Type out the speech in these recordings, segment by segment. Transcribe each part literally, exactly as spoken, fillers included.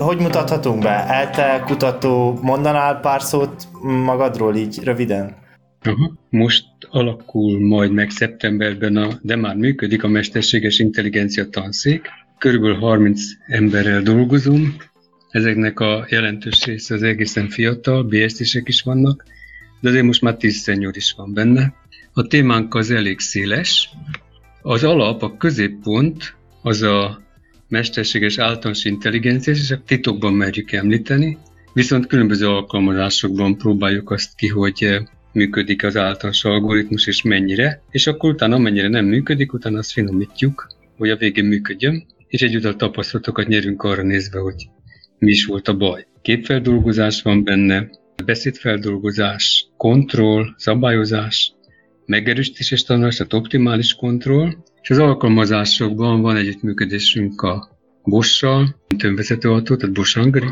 hogy mutathatunk be? ELTE kutató, mondanál pár szót magadról így röviden? Aha. Most alakul majd meg szeptemberben, a, de már működik a mesterséges intelligencia tanszék. Körülbelül harminc emberrel dolgozom. Ezeknek a jelentős része az egészen fiatal, bé es té-sek is vannak, de azért most már tíz senior is van benne. A témánk az elég széles. Az alap, a középpont az a mesterséges általános intelligencia, és a titokban merjük említeni, viszont különböző alkalmazásokban próbáljuk azt ki, hogy működik az általános algoritmus, és mennyire, és akkor utána, amennyire nem működik, utána azt finomítjuk, hogy a végén működjön, és egyúttal tapasztalatokat nyerünk arra nézve, hogy mi is volt a baj. Képfeldolgozás van benne, beszédfeldolgozás, kontroll, szabályozás, megerősítéses tanulás, tehát optimális kontroll, és az alkalmazásokban van együttműködésünk a Bosch-sal, mint önvezető autó, tehát Bosch Hungary.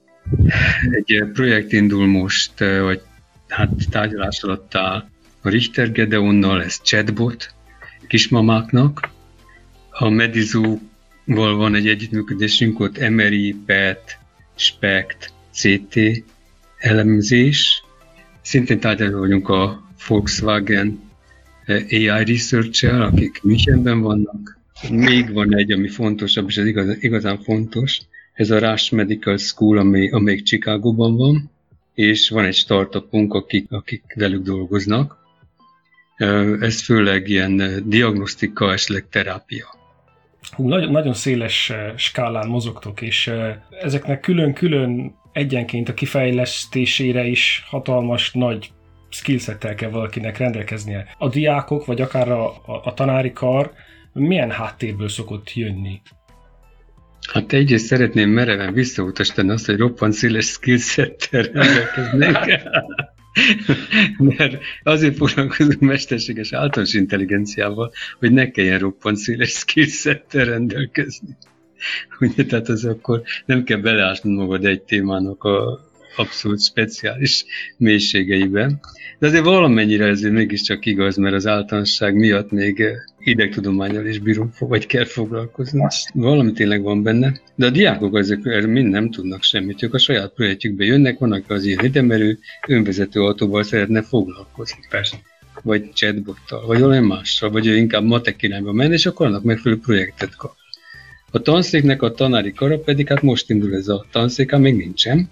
Egy projekt indul most, vagy hát tárgyalás alatt áll a Richter Gedeonnal, ez chatbot kismamáknak. A Medizóval van egy együttműködésünk, ott em er i, pé e té, SPECT, cé té elemzés. Szintén tárgyaló vagyunk a Volkswagen á i Research-el, akik Münchenben vannak. Még van egy, ami fontosabb, és ez igaz, igazán fontos, ez a Rush Medical School, amely, amelyik Chicagóban van, és van egy startupunk, akik, akik velük dolgoznak. Ez főleg ilyen diagnosztika, esetleg terápia. Hú, nagyon, nagyon széles skálán mozogtok, és ezeknek külön-külön egyenként a kifejlesztésére is hatalmas nagy skillsettel kell valakinek rendelkeznie. A diákok, vagy akár a, a, a tanári kar milyen háttérből szokott jönni? Hát egyrészt szeretném mereven visszautasítani azt, hogy roppant széles skillsettel rendelkeznék. Mert azért foglalkozunk mesterséges általános intelligenciával, hogy ne kelljen roppant széles skillsettel rendelkezni. Ugye, tehát az akkor nem kell beleásnod magad egy témának a abszolút speciális mélységeiben. De azért valamennyire ezért mégiscsak igaz, mert az általánosság miatt még idegtudománnyal is bírunk, vagy kell foglalkozni. Valami tényleg van benne, de a diákok ezek erről mind nem tudnak semmit. Ők a saját projektjükbe jönnek, vannak az ilyen idemerő, önvezető autóval szeretne foglalkozni. Persze. Vagy chatbottal, vagy olyan mással, vagy ő inkább matek irányba menni, és akkor annak megfelelő projektet kap. A tanszéknek a tanári kara pedig, hát most indul ez a tanszék, még nincsen.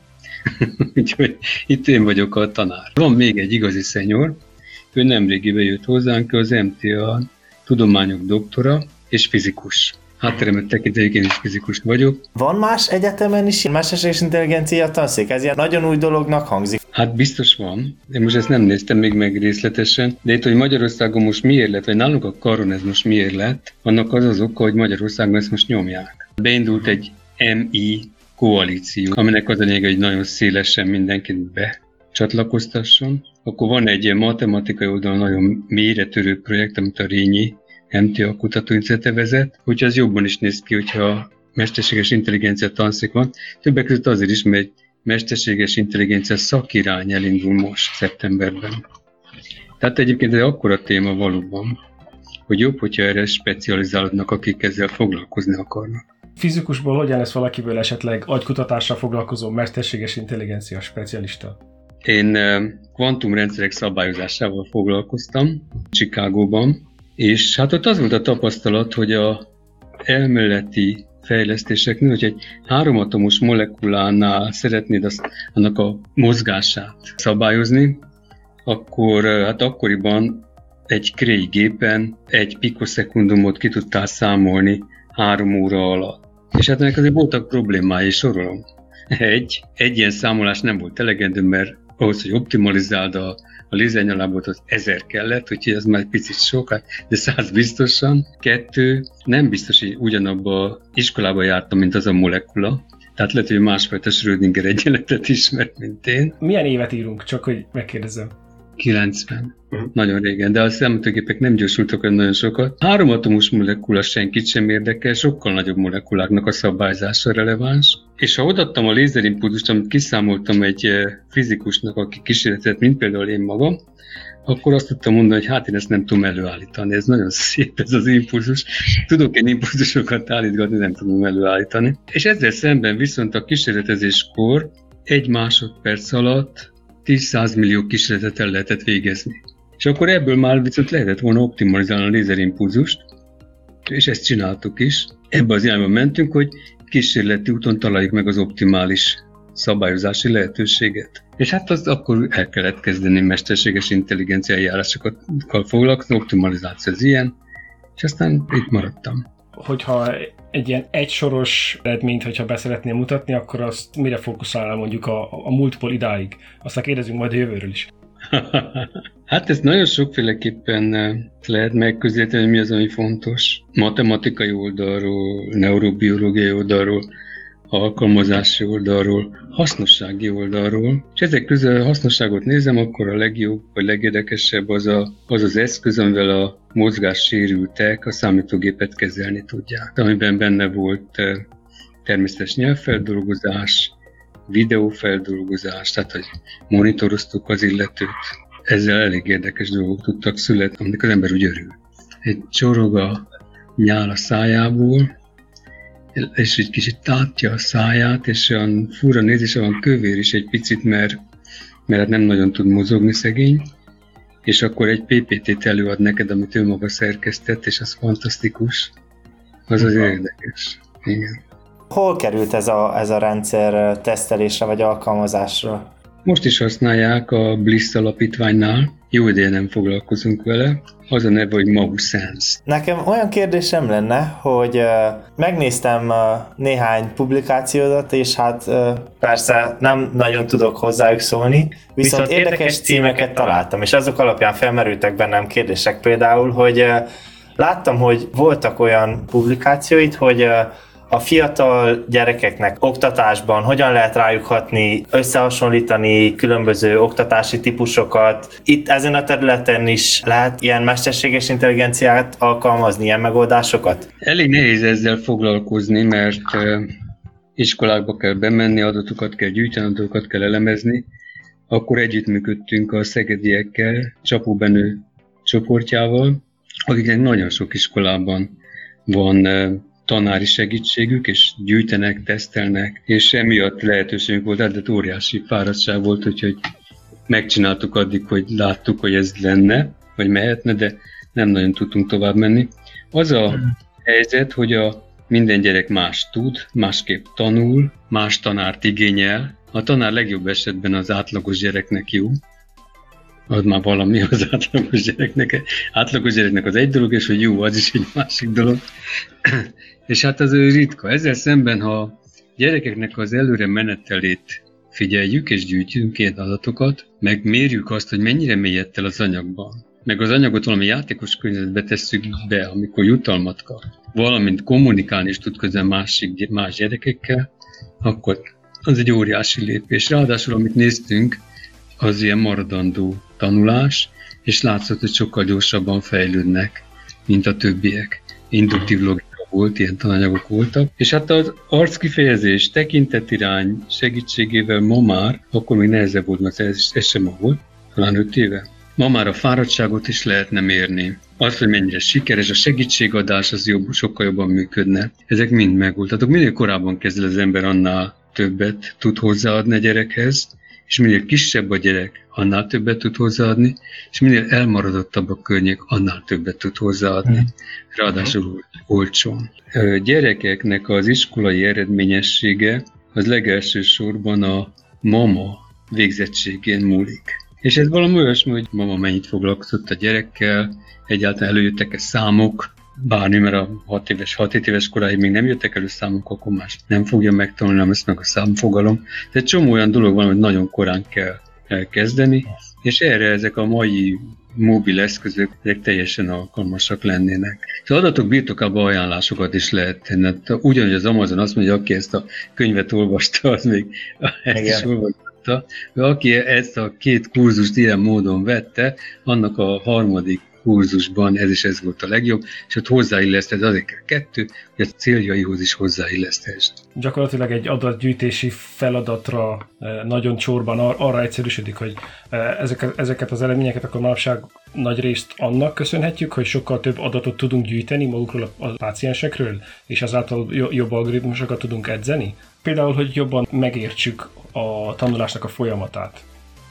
Úgyhogy itt én vagyok a tanár. Van még egy igazi szenyor, ő nemrégiben jött hozzánk, az em té á tudományok doktora és fizikus. Hátteremet tekintve én is fizikus vagyok. Van más egyetemen is mesterséges intelligencia tanszék? Ez ilyen nagyon új dolognak hangzik. Hát biztos van. Én most ezt nem néztem még meg részletesen, de itt, hogy Magyarországon most miért lett, vagy nálunk a karon ez most miért lett, annak az az oka, hogy Magyarországon ezt most nyomják. Beindult egy em i koalíció, aminek az a lényeg, hogy nagyon szélesen mindenkit becsatlakoztasson. Akkor van egy ilyen matematikai oldalon nagyon mélyre törő projekt, amit a Rényi em té á kutatóintézete vezet, hogy az jobban is néz ki, hogyha mesterséges intelligencia tanszék van. Többek között azért is, mert egy mesterséges intelligencia szakirány elindul most szeptemberben. Tehát egyébként ez akkora téma valóban, hogy jobb, hogyha erre specializálódnak, akik ezzel foglalkozni akarnak. Fizikusból hogyan lesz valakiből esetleg agykutatással foglalkozó mesterséges intelligencia specialista? Én kvantumrendszerek szabályozásával foglalkoztam Chicagóban, és hát ott az volt a tapasztalat, hogy a elméleti fejlesztéseknél, hogy egy háromatomos molekulánál szeretnéd azt, annak a mozgását szabályozni, akkor hát akkoriban egy Cray gépen egy pikoszekundumot ki tudtál számolni három óra alatt. És hát ennek azért voltak problémái, és sorolom. Egy, egy ilyen számolás nem volt elegendő, mert ahhoz, hogy optimalizáld a, a lézernyalábot, az ezer kellett, úgyhogy ez már egy picit sok, de száz biztosan. Kettő, nem biztos, hogy ugyanabba iskolába jártam, mint az a molekula. Tehát lehet, hogy másfajta Schrödinger egyenletet ismert, mint én. Milyen évet írunk? Csak hogy megkérdezem. kilencven. Uh-huh. Nagyon régen, de a számítógépek nem gyorsultak olyan nagyon sokat. Háromatomos molekula senkit sem érdekel, sokkal nagyobb molekuláknak a szabályzása releváns. És ha odaadtam a lézerimpulzust, amit kiszámoltam egy fizikusnak, aki kísérletett, mint például én magam, akkor azt tudtam mondani, hogy hát én ezt nem tudom előállítani. Ez nagyon szép ez az impulzus. Tudok én impulzusokat állítgatni, nem tudom előállítani. És ezzel szemben viszont a kísérletezéskor egy másodperc alatt tíz-száz millió kísérletet el lehetett végezni. És akkor ebből már viszont lehetett volna optimalizálni a lézerimpulzust, és ezt csináltuk is. Ebbe az irányba mentünk, hogy kísérleti úton találjuk meg az optimális szabályozási lehetőséget. És hát az akkor el kellett kezdeni mesterséges intelligencia eljárásokkal foglalkozni, optimalizáció az ilyen, és aztán itt maradtam. Hogyha egy ilyen egysoros eredményt, hogyha be szeretném mutatni, akkor azt mire fókuszálnál mondjuk a, a múltból idáig? Aztán kérdezünk majd a jövőről is. Hát ezt nagyon sokféleképpen lehet megközelíteni, hogy mi az, ami fontos. Matematikai oldalról, neurobiológiai oldalról, alkalmazási oldalról, hasznossági oldalról. És ezek közül a hasznosságot nézem, akkor a legjobb vagy legérdekesebb az a, az, az eszköz, amivel a mozgássérültek a számítógépet kezelni tudják. Amiben benne volt természetes nyelvfeldolgozás, videófeldolgozás, tehát hogy monitoroztuk az illetőt. Ezzel elég érdekes dolgok tudtak születni, amikor az ember úgy örül. Egy csorog a nyál a szájából, és egy kicsit tátja a száját, és olyan fura nézés, olyan kövér is egy picit, mert, mert nem nagyon tud mozogni szegény, és akkor egy pé pé té-t előad neked, amit ő maga szerkesztett, és az fantasztikus. Az az érdekes. Igen. Hol került ez a, ez a rendszer tesztelésre vagy alkalmazásra? Most is használják a Bliss alapítványnál. Jó ideje nem foglalkozunk vele. Az a neve, hogy MauSense. Nekem olyan kérdésem lenne, hogy uh, megnéztem uh, néhány publikációdat, és hát uh, persze nem nagyon tudok hozzájuk szólni, viszont, viszont érdekes, érdekes címeket találtam, és azok alapján felmerültek bennem kérdések, például, hogy uh, láttam, hogy voltak olyan publikációid, hogy uh, a fiatal gyerekeknek oktatásban hogyan lehet rájuk hatni, összehasonlítani különböző oktatási típusokat. Itt ezen a területen is lehet ilyen mesterséges intelligenciát alkalmazni, ilyen megoldásokat? Elég nehéz ezzel foglalkozni, mert iskolákba kell bemenni, adatokat kell gyűjteni, adatokat kell elemezni. Akkor együttműködtünk a szegediekkel, Csapó Benő csoportjával, akiknek nagyon sok iskolában van tanári segítségük, és gyűjtenek, tesztelnek, és emiatt lehetőségünk volt, de óriási fáradtság volt, úgyhogy megcsináltuk addig, hogy láttuk, hogy ez lenne, vagy mehetne, de nem nagyon tudtunk tovább menni. Az a helyzet, hogy a minden gyerek más tud, másképp tanul, más tanárt igényel. A tanár legjobb esetben az átlagos gyereknek jó, az már valami az átlagos gyereknek. Átlagos gyereknek az egy dolog, és hogy jó, az is egy másik dolog. És hát az ő ritka. Ezzel szemben, ha gyerekeknek az előre menetelét figyeljük, és gyűjtjünk ilyen adatokat, meg mérjük azt, hogy mennyire mélyedt el az anyagban, meg az anyagot valami játékos környezetbe tesszük be, amikor jutalmat kap, valamint kommunikálni is tud közben másik, más gyerekekkel, akkor az egy óriási lépés. Ráadásul, amit néztünk, az ilyen maradandó tanulás, és látszott, hogy sokkal gyorsabban fejlődnek, mint a többiek. Induktív logika volt, ilyen tananyagok voltak, és hát az arckifejezés, tekintetirány segítségével ma már, akkor még nehezebb volt, mert ez, ez sem ma volt, talán öt éve. Ma már a fáradtságot is lehetne mérni. Az, hogy mennyire sikeres, a segítségadás az jobb, sokkal jobban működne. Ezek mind megvoltatok. Minél korábban kezd az ember, annál többet tud hozzáadni a gyerekhez, és minél kisebb a gyerek, annál többet tud hozzáadni, és minél elmaradottabb a környék, annál többet tud hozzáadni. Ráadásul olcsón. A gyerekeknek az iskolai eredményessége az legelső sorban a mama végzettségén múlik. És ez valami olyasmi, hogy mama mennyit foglalkozott a gyerekkel, egyáltalán előjöttek-e számok, bármi, mert a hat éves, hat-hét éves koráig még nem jöttek elő számok, akkor más nem fogja megtanulni, nem lesz meg a számfogalom. Tehát egy csomó olyan dolog van, hogy nagyon korán kell elkezdeni, és erre ezek a mai mobil eszközök ezek teljesen alkalmasak lennének. Az adatok birtokában ajánlásokat is lehet tenni. Ugyanúgy az Amazon azt mondja, hogy aki ezt a könyvet olvasta, az még ezt Igen. is olvasta. Aki ezt a két kurzust ilyen módon vette, annak a harmadik kurzusban ez is ez volt a legjobb, és ott hozzáilleszted, azért kell kettő, hogy a céljaihoz is hozzáilleszthessd. Gyakorlatilag egy adatgyűjtési feladatra nagyon csorban arra egyszerűsödik, hogy ezeket, ezeket az eredményeket akkor manapság nagy részt annak köszönhetjük, hogy sokkal több adatot tudunk gyűjteni magukról a páciensekről, és ezáltal jobb algoritmusokat tudunk edzeni. Például, hogy jobban megértsük a tanulásnak a folyamatát.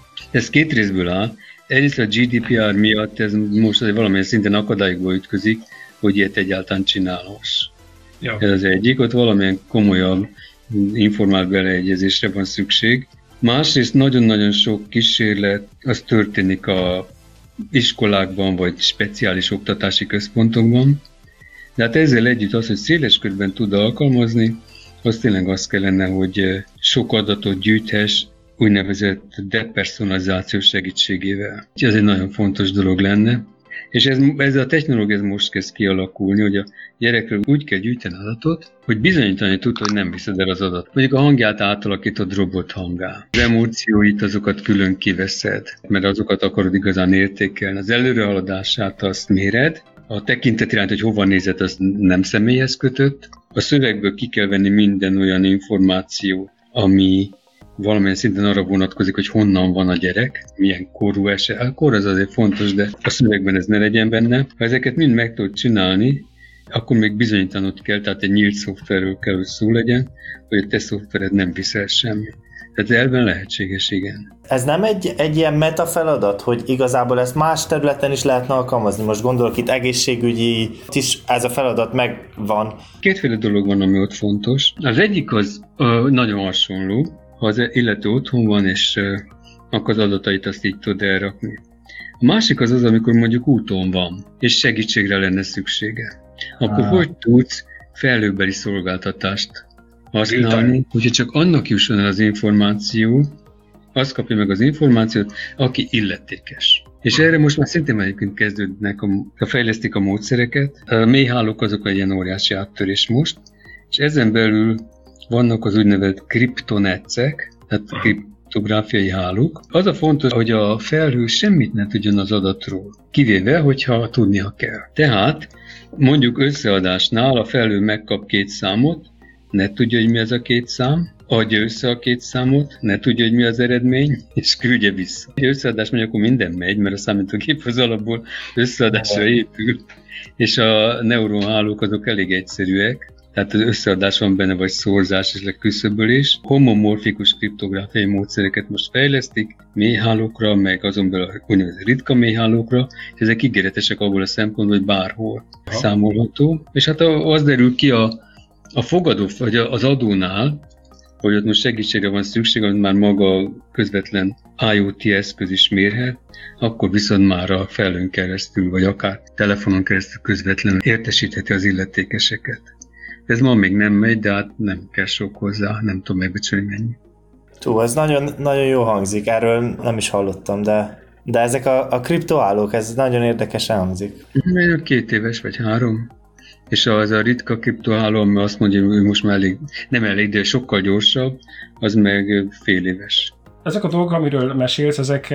Ez két részből áll. Egyrészt a gé dé pé er miatt ez most valamilyen szinten akadályokba ütközik, hogy ilyet egyáltalán csinálhass. Ja. Ez az egyik, ott valamilyen komolyabb informált beleegyezésre van szükség. Másrészt nagyon-nagyon sok kísérlet, az történik a iskolákban, vagy speciális oktatási központokban. De hát ezzel együtt az, hogy széles körben tud alkalmazni, az tényleg az kellene, hogy sok adatot gyűjthess, úgynevezett depersonalizáció segítségével. Ez egy nagyon fontos dolog lenne, és ez, ez a technológia ez most kezd kialakulni, hogy a gyerekről úgy kell gyűjteni adatot, hogy bizonyítani tud, hogy nem viszed el az adatot. Mondjuk a hangját átalakítod robot hangá. Az emócióit, azokat külön kiveszed, mert azokat akarod igazán értékelni. Az előrehaladását azt méred, a tekintet iránt, hogy hova nézett, az nem személyhez kötött. A szövegből ki kell venni minden olyan információ, ami valamilyen szinten arra vonatkozik, hogy honnan van a gyerek, milyen korú eset. A kor az azért fontos, de a szövegben ez ne legyen benne. Ha ezeket mind meg tudod csinálni, akkor még bizonyítanod kell, tehát egy nyílt szoftverről kell, hogy szó legyen, hogy a te szoftvered nem viszel semmi. Tehát elben lehetséges, igen. Ez nem egy, egy ilyen meta feladat, hogy igazából ezt más területen is lehetne alkalmazni? Most gondolok itt egészségügyi, is ez a feladat megvan. Kétféle dolog van, ami ott fontos. Az egyik az uh, nagyon hasonló, ha az illető otthon van, és uh, akkor az adatait azt így tud elrakni. A másik az az, amikor mondjuk úton van, és segítségre lenne szüksége. Akkor ah. hogy tudsz felhőbeli szolgáltatást használni, hogyha csak annak jusson el az információ, azt kapja meg az információt, aki illetékes. És erre most már szintén egyébként kezdődnek, a, fejlesztik a módszereket. A mélyhálók azok egy ilyen óriási áttörés most, és ezen belül vannak az úgynevezett kriptonetszek, tehát kriptográfiai hálók. Az a fontos, hogy a felhő semmit ne tudjon az adatról, kivéve, hogyha tudnia kell. Tehát mondjuk összeadásnál a felhő megkap két számot, ne tudja, hogy mi az a két szám, adja össze a két számot, ne tudja, hogy mi az eredmény, és küldje vissza. Egy összeadás mondjuk, akkor minden megy, mert a számítógép az alapból összeadásra épül, és a neuronhálók azok elég egyszerűek, tehát az összeadás van benne, vagy szorzás és leküszöbölés. Homomorfikus kriptográfiai módszereket most fejlesztik, mélyhálókra, meg azon belül úgynevezett ritka mélyhálókra, és ezek ígéretesek abból a szempontból, hogy bárhol ha. számolható. És hát az derül ki a A fogadó, vagy az adónál, hogy ott most segítségre van szükség, amit már maga közvetlen IoT eszköz is mérhet, akkor viszont már a felhőn keresztül, vagy akár telefonon keresztül közvetlenül értesítheti az illetékeseket. Ez ma még nem megy, de hát nem kell sok hozzá, nem tudom megbecsülni mennyi. Tú, ez nagyon, nagyon jó hangzik, erről nem is hallottam, de, de ezek a, a kriptoállók, ez nagyon érdekesen hangzik. Két éves vagy három. És az a ritka kriptoháló, ami azt mondja, hogy most már elég, nem elég, de sokkal gyorsabb, az meg fél éves. Ezek a dolgok, amiről mesélsz, ezek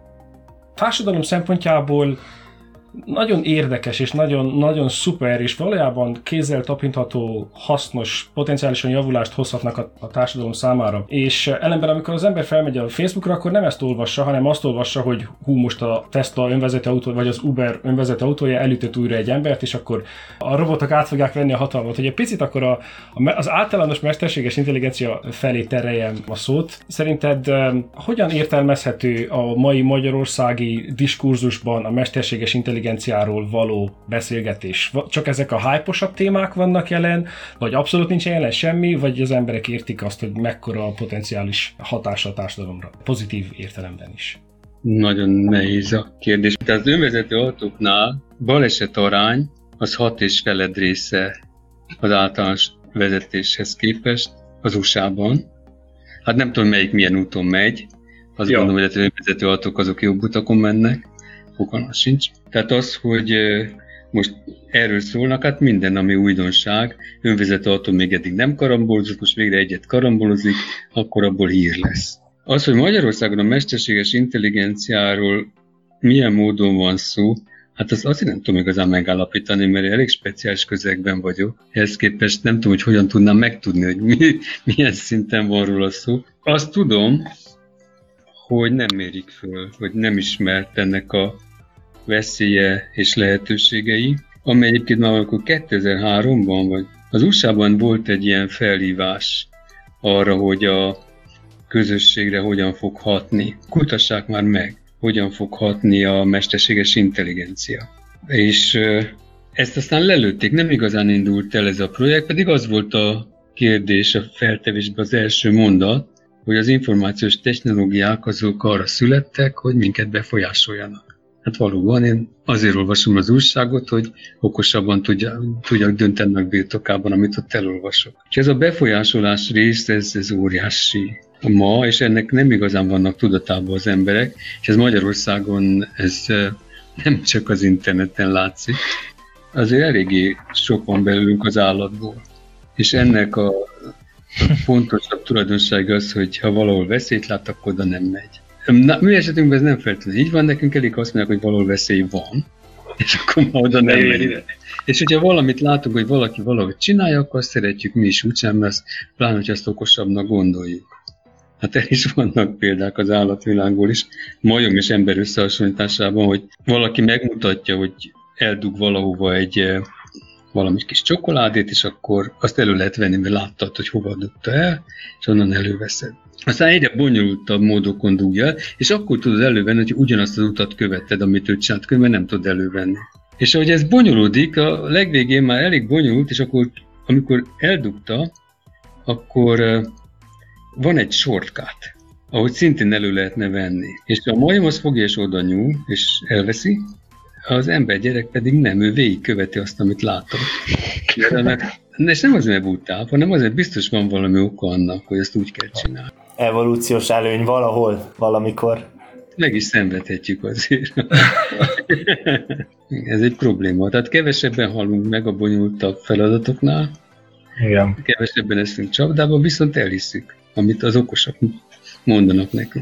társadalom szempontjából nagyon érdekes és nagyon, nagyon szuper, és valójában kézzel tapintható, hasznos, potenciálisan javulást hozhatnak a, a társadalom számára. És ellenben, amikor az ember felmegy a Facebookra, akkor nem ezt olvassa, hanem azt olvassa, hogy hú, most a Tesla önvezető autó, vagy az Uber önvezető autója elütött újra egy embert, és akkor a robotok át fogják venni a hatalmat. Hogy egy picit akkor a, az általános mesterséges intelligencia felé tereljem a szót. Szerinted hogyan értelmezhető a mai magyarországi diskurzusban a mesterséges intelligencia való beszélgetés? Csak ezek a hype-osabb témák vannak jelen, vagy abszolút nincs jelen semmi, vagy az emberek értik azt, hogy mekkora a potenciális hatása a társadalomra, pozitív értelemben is? Nagyon nehéz a kérdés. Tehát az önvezető autóknál baleset arány az hat és feled része az általános vezetéshez képest az u es á-ban. Hát nem tudom, melyik milyen úton megy. Azt ja. gondolom, hogy az önvezető autók azok jobb utakon mennek. Fogalmam sincs. Tehát az, hogy most erről szólnak, hát minden, ami újdonság, önvezető autó még eddig nem karambolozott, most végre egyet karambolozik, akkor abból hír lesz. Az, hogy Magyarországon a mesterséges intelligenciáról milyen módon van szó, Hát azt azért nem tudom igazán megállapítani, mert elég speciális közegben vagyok. Ehhez képest nem tudom, hogy hogyan tudnám megtudni, hogy mi, milyen szinten van róla szó. Azt tudom, hogy nem mérik föl, hogy nem ismert ennek a veszélye és lehetőségei, amely egyébként már akkor kétezer-háromban, vagy az u es á-ban volt egy ilyen felhívás arra, hogy a közösségre hogyan fog hatni. Kutassák már meg, hogyan fog hatni a mesterséges intelligencia. És ezt aztán lelőtték, nem igazán indult el ez a projekt, pedig az volt a kérdés a feltevésben az első mondat, hogy az információs technológiák azok arra születtek, hogy minket befolyásoljanak. Hát valóban, én azért olvasom az újságot, hogy okosabban tudja, tudjak dönteni birtokában, amit ott elolvasok. És ez a befolyásolás rész, ez, ez óriási ma, és ennek nem igazán vannak tudatában az emberek, és ez Magyarországon ez nem csak az interneten látszik. Azért eléggé sok van belőlünk az állatból. És ennek a fontosabb tulajdonsága az, hogy ha valahol veszélyt lát, akkor oda nem megy. Na, mi esetünkben ez nem feltétlenül így van, nekünk elég azt mondják, hogy valahol veszély van, és akkor ma oda nem megy. És hogyha valamit látunk, hogy valaki valahogy csinálja, akkor azt szeretjük mi is úgysem, mert azt, pláne, hogy azt okosabbnak gondoljuk. Hát el is vannak példák az állatvilágból is, majom és ember összehasonlításában, hogy valaki megmutatja, hogy eldug valahova egy valami kis csokoládét, és akkor azt elő lehet venni, mert láttad, hogy hova dugta el, és onnan előveszed. Aztán egyre bonyolultabb módokon dugja el, és akkor tudod elővenni, hogy ugyanazt az utat követted, amit ő csinált, mert nem tudod elővenni. És ahogy ez bonyolódik, a legvégén már elég bonyolult, és akkor, amikor eldugta, akkor van egy shortcut, ahogy szintén elő lehetne venni. És a majom az fogja és oda nyúl, és elveszi, az ember gyerek pedig nem, ő végigköveti azt, amit látom. És nem azért, mert butál, hanem azért biztos van valami oka annak, hogy ezt úgy kell csinálni. Evolúciós előny valahol, valamikor. Meg is szenvedhetjük azért. Ez egy probléma. Tehát kevesebben halunk meg a bonyolultabb feladatoknál, igen. Kevesebben eszünk csapdába, viszont elhisszük, amit az okosak mondanak nekünk.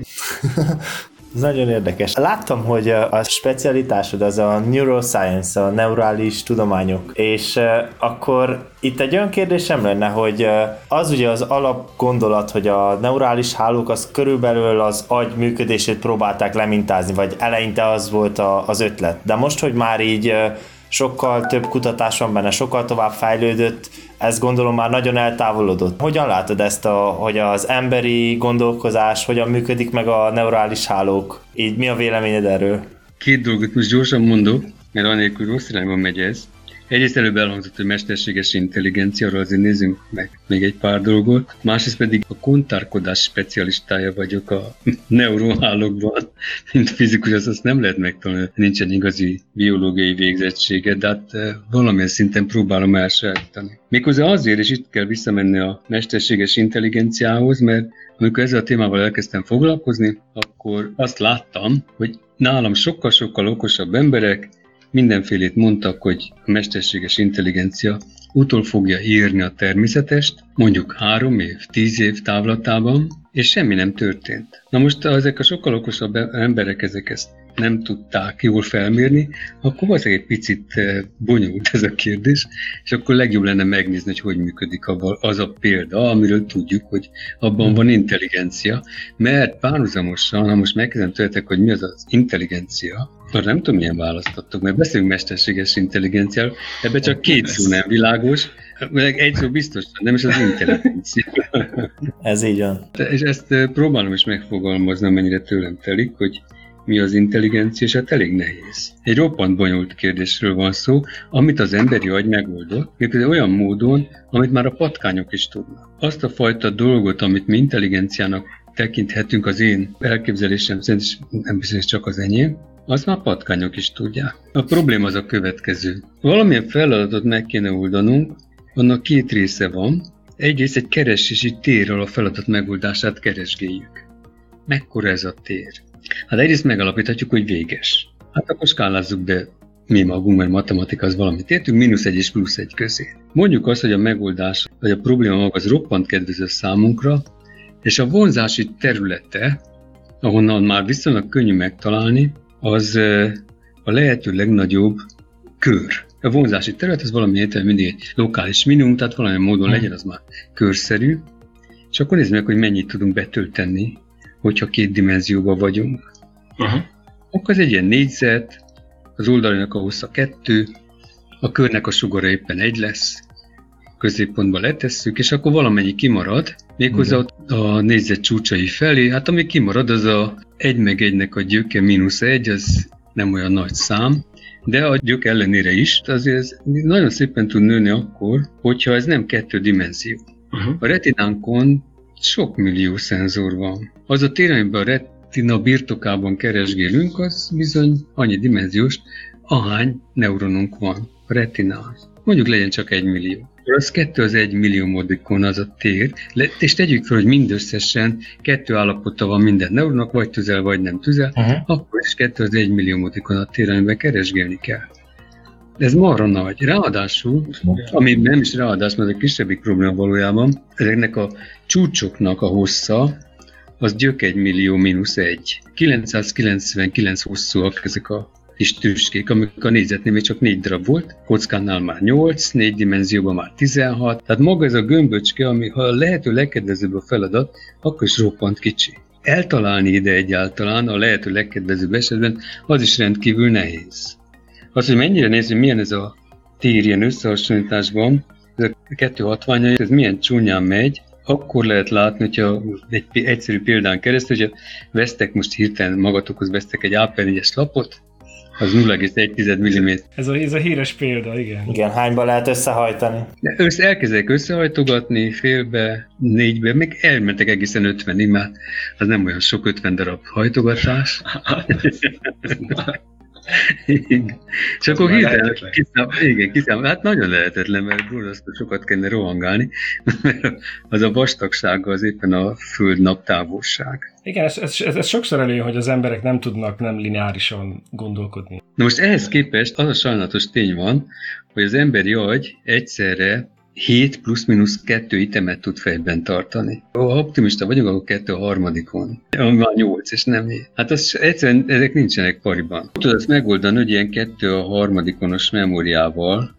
Ez nagyon érdekes. Láttam, hogy a specialitásod az a neuroscience, a neurális tudományok, és akkor itt egy olyan kérdésem lenne, hogy az ugye az alapgondolat, hogy a neurális hálók az körülbelül az agy működését próbálták lemintázni, vagy eleinte az volt a, az ötlet. De most, hogy már így sokkal több kutatás van benne, sokkal tovább fejlődött, ez gondolom már nagyon eltávolodott. Hogyan látod ezt, a, hogy az emberi gondolkozás, hogyan működik meg a neurális hálók? Így mi a véleményed erről? Két dolgot most gyorsan mondok, mert anélkül rossz irányba megy ez. Egyrészt előbb elhangzott, hogy mesterséges intelligencia, arra azért nézzünk meg még egy pár dolgot. Másrészt pedig a kontárkodás specialistája vagyok a neuronhálókban, mint fizikus, azt, azt nem lehet megtanulni, nincsen igazi biológiai végzettsége, de hát valamilyen szinten próbálom elsajátítani. Méghozzá azért, és itt kell visszamenni a mesterséges intelligenciához, mert amikor ezzel a témával elkezdtem foglalkozni, akkor azt láttam, hogy nálam sokkal-sokkal okosabb emberek mindenfélét mondtak, hogy a mesterséges intelligencia utol fogja írni a természetest, mondjuk három év, tíz év távlatában, és semmi nem történt. Na most, ha ezek a sokkal okosabb emberek ezek ezt nem tudták jól felmérni, akkor valószínűleg egy picit bonyolult ez a kérdés, és akkor legjobb lenne megnézni, hogy hogy működik az a példa, amiről tudjuk, hogy abban van intelligencia, mert párhuzamosan, ha most megkezdem tőletek, hogy mi az az intelligencia, arra nem tudom, milyen választottok, mert beszélünk mesterséges intelligenciáról, ebben csak két szó nem világos, meg egy szó biztos, nem is az intelligencia. Ez így van. És ezt próbálom is megfogalmazni, amennyire tőlem telik, hogy mi az intelligencia, és hát elég nehéz. Egy roppant bonyolult kérdésről van szó, amit az emberi agy megoldott, mégpedig olyan módon, amit már a patkányok is tudnak. Azt a fajta dolgot, amit mi intelligenciának tekinthetünk, az én elképzelésem szerint, és nem biztos csak az enyém, azt már patkányok is tudják. A probléma az a következő. Valamilyen feladatot meg kéne oldanunk, annak két része van. Egyrészt egy keresési térről a feladat megoldását keresgéljük. Mekkora ez a tér? Hát egyrészt megalapíthatjuk, hogy véges. Hát akkor skálázzuk be mi magunk, mert matematika az valamit értünk, mínusz egy és plusz egy közé. Mondjuk azt, hogy a megoldás, vagy a probléma maga az roppant kedvező számunkra, és a vonzási területe, ahonnan már viszonylag könnyű megtalálni, az a lehető legnagyobb kör. A vonzási terület az valami értelme mindig egy lokális minimum, tehát valamilyen módon legyen az már körszerű, és akkor nézzük meg, hogy mennyit tudunk betölteni, hogyha két dimenzióban vagyunk. Uh-huh. Akkor ez egy ilyen négyzet, az oldalnak a hossza kettő, a körnek a sugara éppen egy lesz, középpontba letesszük, és akkor valamennyi kimarad, méghozzá uh-huh. a négyzet csúcsai felé, hát ami kimarad, az a egy meg egynek a gyöke mínusz egy, az nem olyan nagy szám, de a gyök ellenére is, azért ez nagyon szépen tud nőni akkor, hogyha ez nem kettő dimenzió. Uh-huh. A retinánkon sok millió szenzor van. Az a tér, amiben a retina birtokában keresgélünk, az bizony annyi dimenziós, ahány neuronunk van a retinán. Mondjuk legyen csak egy millió. Az kettő az egy milliómodikon az a tér, és tegyük fel, hogy mindösszesen kettő állapota van minden neuronnak, vagy tüzel, vagy nem tüzel, uh-huh. akkor is kettő az egy milliómodikon a tér, amiben keresgélni kell. Ez marra nagy. Ráadásul, ami nem is ráadás, mert a kisebbik probléma valójában, ezeknek a csúcsoknak a hossza, az gyök egy millió mínusz egy. kilencszázkilencvenkilenc hosszúak ezek a kis tüskék, amikor a négyzetnél még csak négy darab volt, kockánál már nyolc, négy dimenzióban már tizenhat, tehát maga ez a gömböcske, ami ha a lehető legkedvezőbb a feladat, akkor is roppant kicsi. Eltalálni ide egyáltalán a lehető legkedvezőbb esetben, az is rendkívül nehéz. Az, hogy mennyire nézzük, milyen ez a tér ilyen összehasonlításban, ez a kettő hatvány, ez milyen csúnyán megy, akkor lehet látni, hogyha egy egyszerű példán keresztül, hogyha vesztek most hirtelen magatokhoz vesztek egy á pé négyes lapot, az nulla egész egy milliméter. Ez a, ez a híres példa, igen. Igen, hányba lehet összehajtani? De össze, elkezdek összehajtogatni, félbe, négybe, még elmentek egészen ötvenig, mert az nem olyan sok ötven darab hajtogatás. És akkor hirtelen kiszám, igen, kiszám, hát nagyon lehetetlen, mert borzasztó sokat kellene rohangálni, mert az a vastagsága az éppen a föld naptávolság. Igen, ez, ez, ez, ez sokszor előjön, hogy az emberek nem tudnak nem lineárisan gondolkodni. Na most ehhez képest az a sajnálatos tény van, hogy az emberi agy egyszerre hét plusz-minusz kettő itemet tud fejben tartani. Ha optimista vagyok, akkor kettő a harmadikon. Van nyolc, és nem hét. Hát az egyszerűen ezek nincsenek pariban. Tudod ezt megoldani, hogy ilyen kettő a harmadikonos memóriával.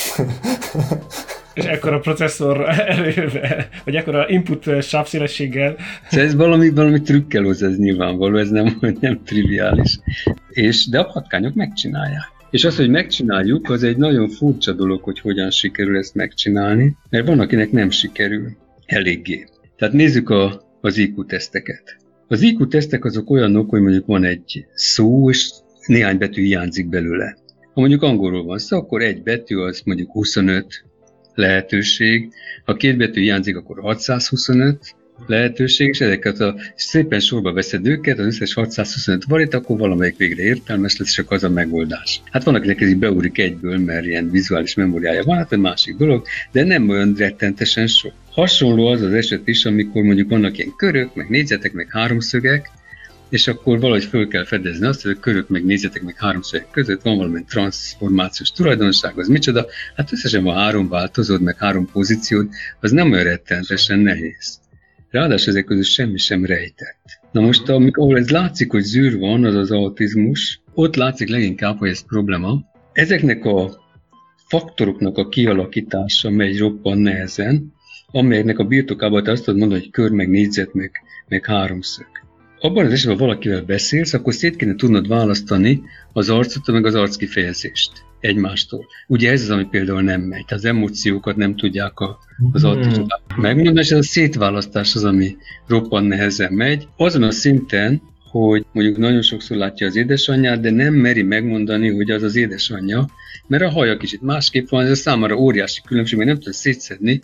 És ekkora processzor erővel, vagy ekkora input sávszélességgel. Ez valami, valami trükkel hoz, ez nyilvánvaló, ez nem, nem triviális. És, de a patkányok megcsinálják. És az, hogy megcsináljuk, az egy nagyon furcsa dolog, hogy hogyan sikerül ezt megcsinálni, mert van, akinek nem sikerül eléggé. Tehát nézzük a, az í kú-teszteket. Az í kú-tesztek azok olyanok, hogy mondjuk van egy szó, és néhány betű hiányzik belőle. Ha mondjuk angolról van szó, akkor egy betű az mondjuk huszonöt lehetőség, ha két betű hiányzik, akkor hatszázhuszonöt lehetőség, és ezeket a szépen sorba veszed őket, az összes hatszázhuszonöt varit, akkor valamelyik végre értelmes lesz, csak az a megoldás. Hát van, akinek ez így beúrik egyből, mert ilyen vizuális memóriája van, hát egy másik dolog, de nem olyan rettentesen sok. Hasonló az az eset is, amikor mondjuk vannak ilyen körök, meg négyzetek, meg háromszögek, és akkor valahogy föl kell fedezni azt, hogy a körök, meg négyzetek, meg háromszögek között van valamilyen transformációs tulajdonság, az micsoda, hát összesen van három változód, meg három pozíciód, az nem olyan rettentesen nehéz. Ráadásul ezek közül semmi sem rejtett. Na most, amikor, ahol ez látszik, hogy zűr van, az az autizmus, ott látszik leginkább, hogy ez probléma. Ezeknek a faktoroknak a kialakítása megy roppan nehezen, amelyeknek a birtokában te azt tudod mondani, hogy kör, meg négyzet, meg, meg háromszög. Abban az esetben, ha valakivel beszélsz, akkor szét kéne tudnod választani az arcot, meg az arckifejezést egymástól. Ugye ez az, ami például nem megy. Az emóciókat nem tudják a, az arcot megmondani, és ez a szétválasztás az, ami roppan nehezen megy. Azon a szinten, hogy mondjuk nagyon sokszor látja az édesanyját, de nem meri megmondani, hogy az az édesanyja, mert a haja kicsit másképp van, ez a számára óriási különbség, mert nem tud szétszedni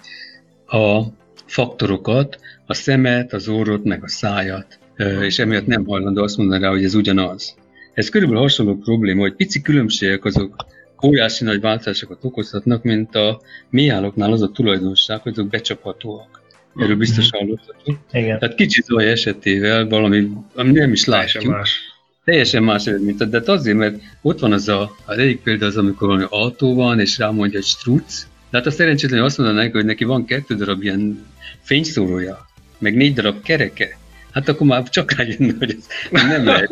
a faktorokat, a szemet, az orrot, meg a szájat, és emiatt nem hajlandó azt mondani rá, hogy ez ugyanaz. Ez körülbelül hasonló probléma, hogy pici különbségek azok óriási nagy változásokat okozhatnak, mint a mélyállóknál az a tulajdonság, hogy azok becsaphatóak. Erről biztos hallottatok. Igen. Tehát kicsi zaj esetével valami, ami nem is látjuk. Teljesen más. Teljesen más eredményt. De azért, mert ott van az a, az egyik példa az, amikor valami autó van, és rámondja, hogy struc. Tehát a szerencsétlenül azt mondaná neki, hogy neki van kettő darab ilyen fényszórója, meg négy darab kereke. hát akkor már csak rájön, hogy ez nem lehet.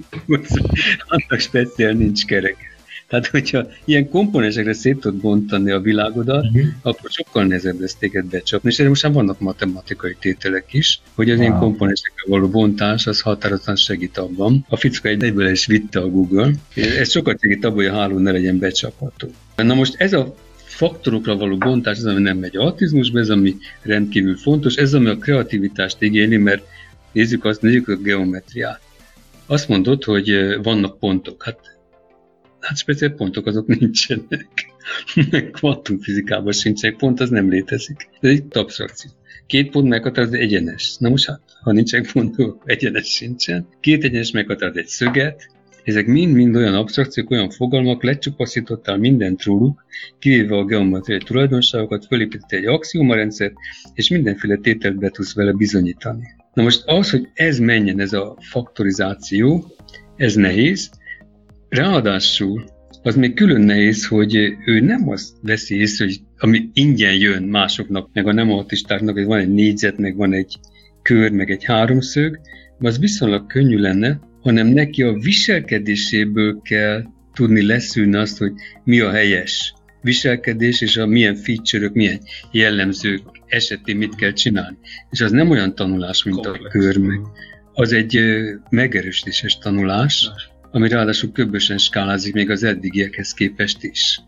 Annak speciál nincs kerek. Tehát, hogyha ilyen komponensekre szét tud bontani a világodat, uh-huh. akkor sokkal nehezebb lesz téged becsapni. És erre most már vannak matematikai tételek is, hogy az wow. ilyen komponensekre való bontás, az határozottan segít abban. A fickó egyből is vitte a Google. Ez sokat segít abban, hogy a háló ne legyen becsapható. Na most ez a faktorokra való bontás, ez ami nem megy autizmusba, ez ami rendkívül fontos, ez ami a kreativitást igényli, mert nézzük azt, nézzük a geometriát. Azt mondod, hogy vannak pontok. Hát Hát speciális pontok azok nincsenek. Kvantumfizikában sincsenek, pont az nem létezik. Ez egy absztrakció. Két pont meghatároz egy egyenes. Na most hát, ha nincsenek pontok, egyenes sincsen. Két egyenes meghatároz egy szöget. Ezek mind-mind olyan absztrakciók, olyan fogalmak, lecsupaszítottál mindent róluk, kivéve a geometriai tulajdonságokat, fölépítettél egy axiomarendszert, és mindenféle tételt be tudsz vele bizonyítani. Na most az, hogy ez menjen, ez a faktorizáció, ez nehéz. Ráadásul az még külön nehéz, hogy ő nem azt veszi észre, hogy ami ingyen jön másoknak, meg a nem autistáknak, hogy van egy négyzet, meg van egy kör, meg egy háromszög, az viszonylag könnyű lenne, hanem neki a viselkedéséből kell tudni leszűrni azt, hogy mi a helyes viselkedés, és a milyen feature-ök, milyen jellemzők esetén mit kell csinálni. És az nem olyan tanulás, mint komplex. A kör, meg. Az egy megerősítéses tanulás, ami ráadásul köbösen skálázik még az eddigiekhez képest is.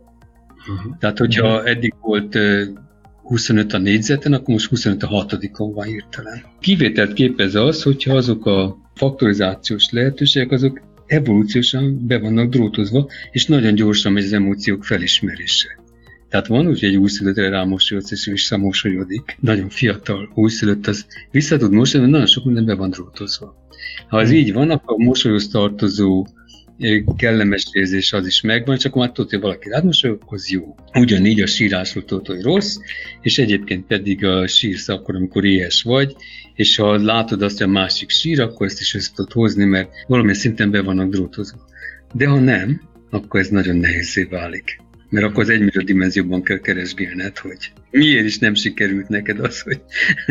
Uh-huh. Tehát, hogyha uh-huh. eddig volt uh, huszonöt a négyzeten, akkor most huszonöt a hatodikon van hirtelen. Kivételt képez az, hogyha azok a faktorizációs lehetőségek, azok evolúciósan be vannak drótozva, és nagyon gyorsan megy az emóciók felismerése. Tehát van úgy, hogy egy újszülöttre rámosolyodsz, és visszamosolyodik. Nagyon fiatal újszülött, az vissza tud mosolyodni, nagyon sok minden be van drótozva. Ha ez így van, akkor a mosolyhoz tartozó kellemes érzés az is megvan, csak akkor már tudod, hogy valaki rád mosolyog, az jó. Ugyanígy a sírásról tudod, hogy rossz, és egyébként pedig a sírsz akkor, amikor éhes vagy, és ha látod azt, hogy a másik sír, akkor ezt is össze tudod hozni, mert valamilyen szinten be vannak drótozva. De ha nem, akkor ez nagyon nehézé válik. Mert akkor az egymillió dimenzióban kell keresgélned, hogy miért is nem sikerült neked az, hogy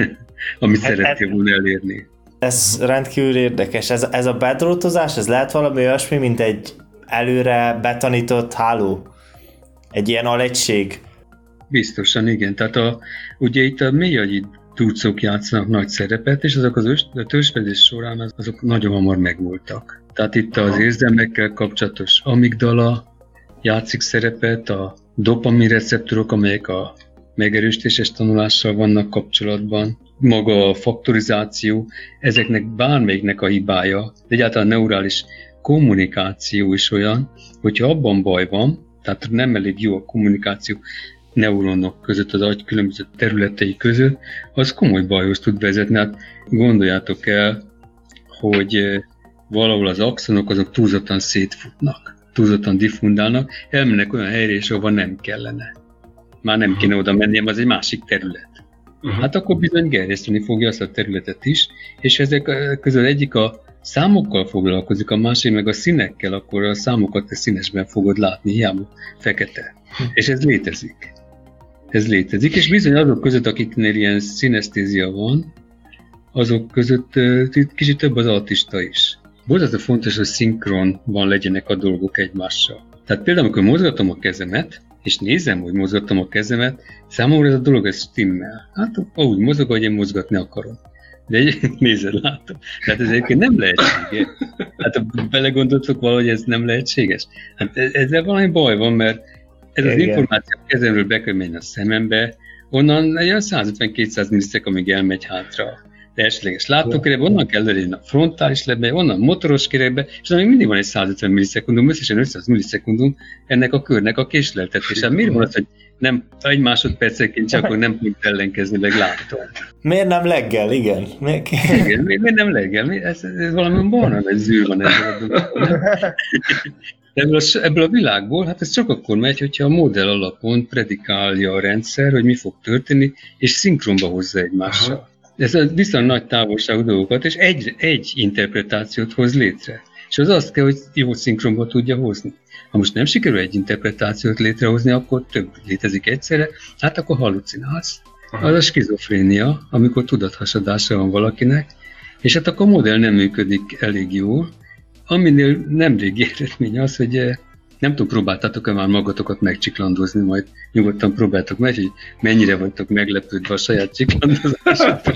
amit hát, szerettél volna elérni. Ez rendkívül érdekes. Ez, ez a bedrótozás, ez lehet valami olyasmi, mint egy előre betanított háló? Egy ilyen alegység? Biztosan, igen. Tehát a, ugye itt a mélyagyi tudcok játszanak nagy szerepet, és azok az törzsfedés során azok nagyon hamar megvoltak. Tehát itt az érzelmekkel kapcsolatos amigdala játszik szerepet, a dopamin receptorok, amelyek a megerősítéses tanulással vannak kapcsolatban, maga a faktorizáció, ezeknek bármelyiknek a hibája, de egyáltalán a neurális kommunikáció is olyan, hogyha abban baj van, tehát nem elég jó a kommunikáció neuronok között, az agy különböző területei között, az komoly bajhoz tud vezetni. Hát gondoljátok el, hogy valahol az axonok azok túlzottan szétfutnak, túlzottan diffundálnak, elmennek olyan helyre, és ahova nem kellene. Már nem kéne oda menni, az egy másik terület. Uh-huh. Hát akkor bizony gerjeszteni fogja azt a területet is, és ezek közül egyik a számokkal foglalkozik, a másik meg a színekkel, akkor a számokat te színesben fogod látni, hiába fekete. Uh-huh. És ez létezik. Ez létezik, és bizony azok között, akiknél ilyen szinesztézia van, azok között kicsit több az autista is. Borzasztó fontos, hogy szinkronban legyenek a dolgok egymással. Tehát például, amikor mozgatom a kezemet, és nézem, hogy mozgattam a kezemet, számomra ez a dolog ez stimmel. Hát ahogy mozog, ahogy én mozgatni akarom. De egyébként nézed, látom. Tehát ez egyébként nem lehetséges. Hát ha belegondoltok valahogy ez nem lehetséges. Hát ezzel valami baj van, mert ez az információ a kezemről be kell menni a szemembe, onnan egy százötven-kétszáz millisekund, amíg elmegy hátra. De elsőleges látókerekbe, onnan kell elérni a frontális lebbe, onnan motoros kerekbe, és még mindig van egy százötven millisekundum, összesen ötszáz millisekundum ennek a körnek a késleltetése. Hát miért van az, hogy nem egy másodpercenként csak akkor nem tud ellenkezőleg látom? Miért nem leggel, igen? Miért, igen, miért, miért nem leggel? Ez, ez valami barna, ez zűr van ezzel a ebből a, ebből a világból, hát ez csak akkor megy, hogyha a modell alapon predikálja a rendszer, hogy mi fog történni, és szinkronba hozza egymással. Aha. Ez a viszont nagy távolságú dolgokat, és egy, egy interpretációt hoz létre. És az azt kell, hogy jó szinkronba tudja hozni. Ha most nem sikerül egy interpretációt létrehozni, akkor több létezik egyszerre, hát akkor halucinálsz. Az a skizofrénia, amikor tudathasadása van valakinek, És hát akkor a modell nem működik elég jól, aminél nemrégi eredmény az, hogy nem tudom, próbáltátok-e már magatokat megcsiklandozni, majd nyugodtan próbáltok meg, hogy mennyire vagytok meglepődve a saját csiklandozásától.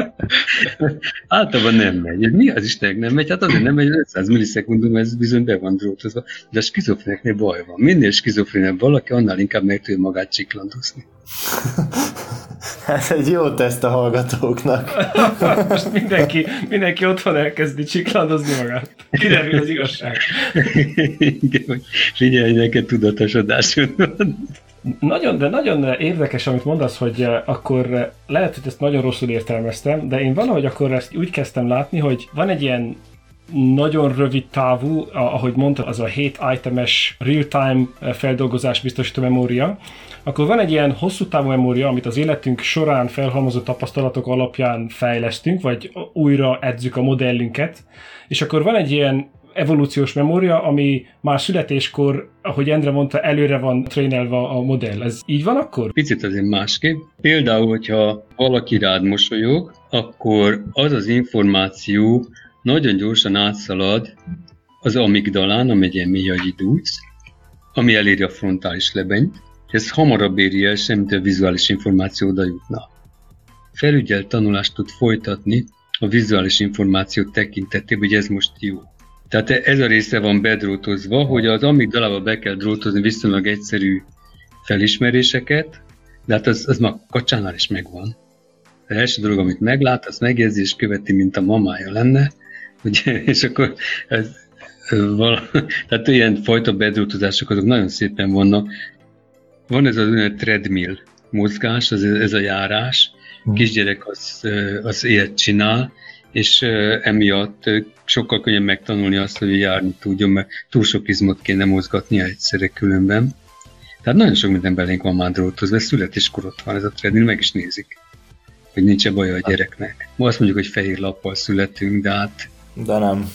Általában nem megy. Mi az Istennek nem megy? Hát azért nem megy, ötszáz millisekundum, ez bizony be van drótozva. De a skizofréneknél baj van. Minél skizofrénebb valaki, annál inkább meg tudja magát csiklandozni. Ez egy jó teszt a hallgatóknak. Most mindenki, mindenki otthon elkezdi csiklandozni magát. Kiderül az igazság. Igen, hogy figyelj, neked tudatosodásod van. Nagyon, de nagyon érdekes, amit mondasz, hogy akkor lehet, hogy ezt nagyon rosszul értelmeztem, de én valahogy akkor ezt úgy kezdtem látni, hogy van egy ilyen nagyon rövid távú, ahogy mondtad, az a hét itemes real-time feldolgozás biztosító memória, akkor van egy ilyen hosszú távú memória, amit az életünk során felhalmozott tapasztalatok alapján fejlesztünk, vagy újra edzük a modellünket, és akkor van egy ilyen evolúciós memória, ami már születéskor, ahogy Endre mondta, előre van trénelve a modell. Ez így van akkor? Picit azért másképp. Például, hogyha valaki rád mosolyog, akkor az az információ nagyon gyorsan átszalad az amigdalán, ami egy ilyen mély agyidúc, ami eléri a frontális lebenyt. Ez hamarabb éri el, semmit a vizuális információ oda jutna. Felügyelt tanulást tud folytatni a vizuális információk tekintetében, hogy ez most jó. Tehát ez a része van bedrótozva, hogy az amigdalába be kell drótozni viszonylag egyszerű felismeréseket, de hát az, az már kacsánál is megvan. Az első dolog, amit meglát, az megjegyzi és követi, mint a mamája lenne, ugye, és akkor ez, vala, tehát ilyen fajta bedrótozások azok nagyon szépen vannak. Van ez az olyan treadmill mozgás, az, ez a járás, a kisgyerek az, az ilyet csinál, és emiatt sokkal könnyebb megtanulni azt, hogy járni tudjon, mert túl sok izmot kéne mozgatnia egyszerre különben. Tehát nagyon sok minden belénk van már drótozva, ez születéskor ott van ez a treadmill, meg is nézik, hogy nincs-e baja a gyereknek. Ma azt mondjuk, hogy fehér lappal születünk, de hát... De nem.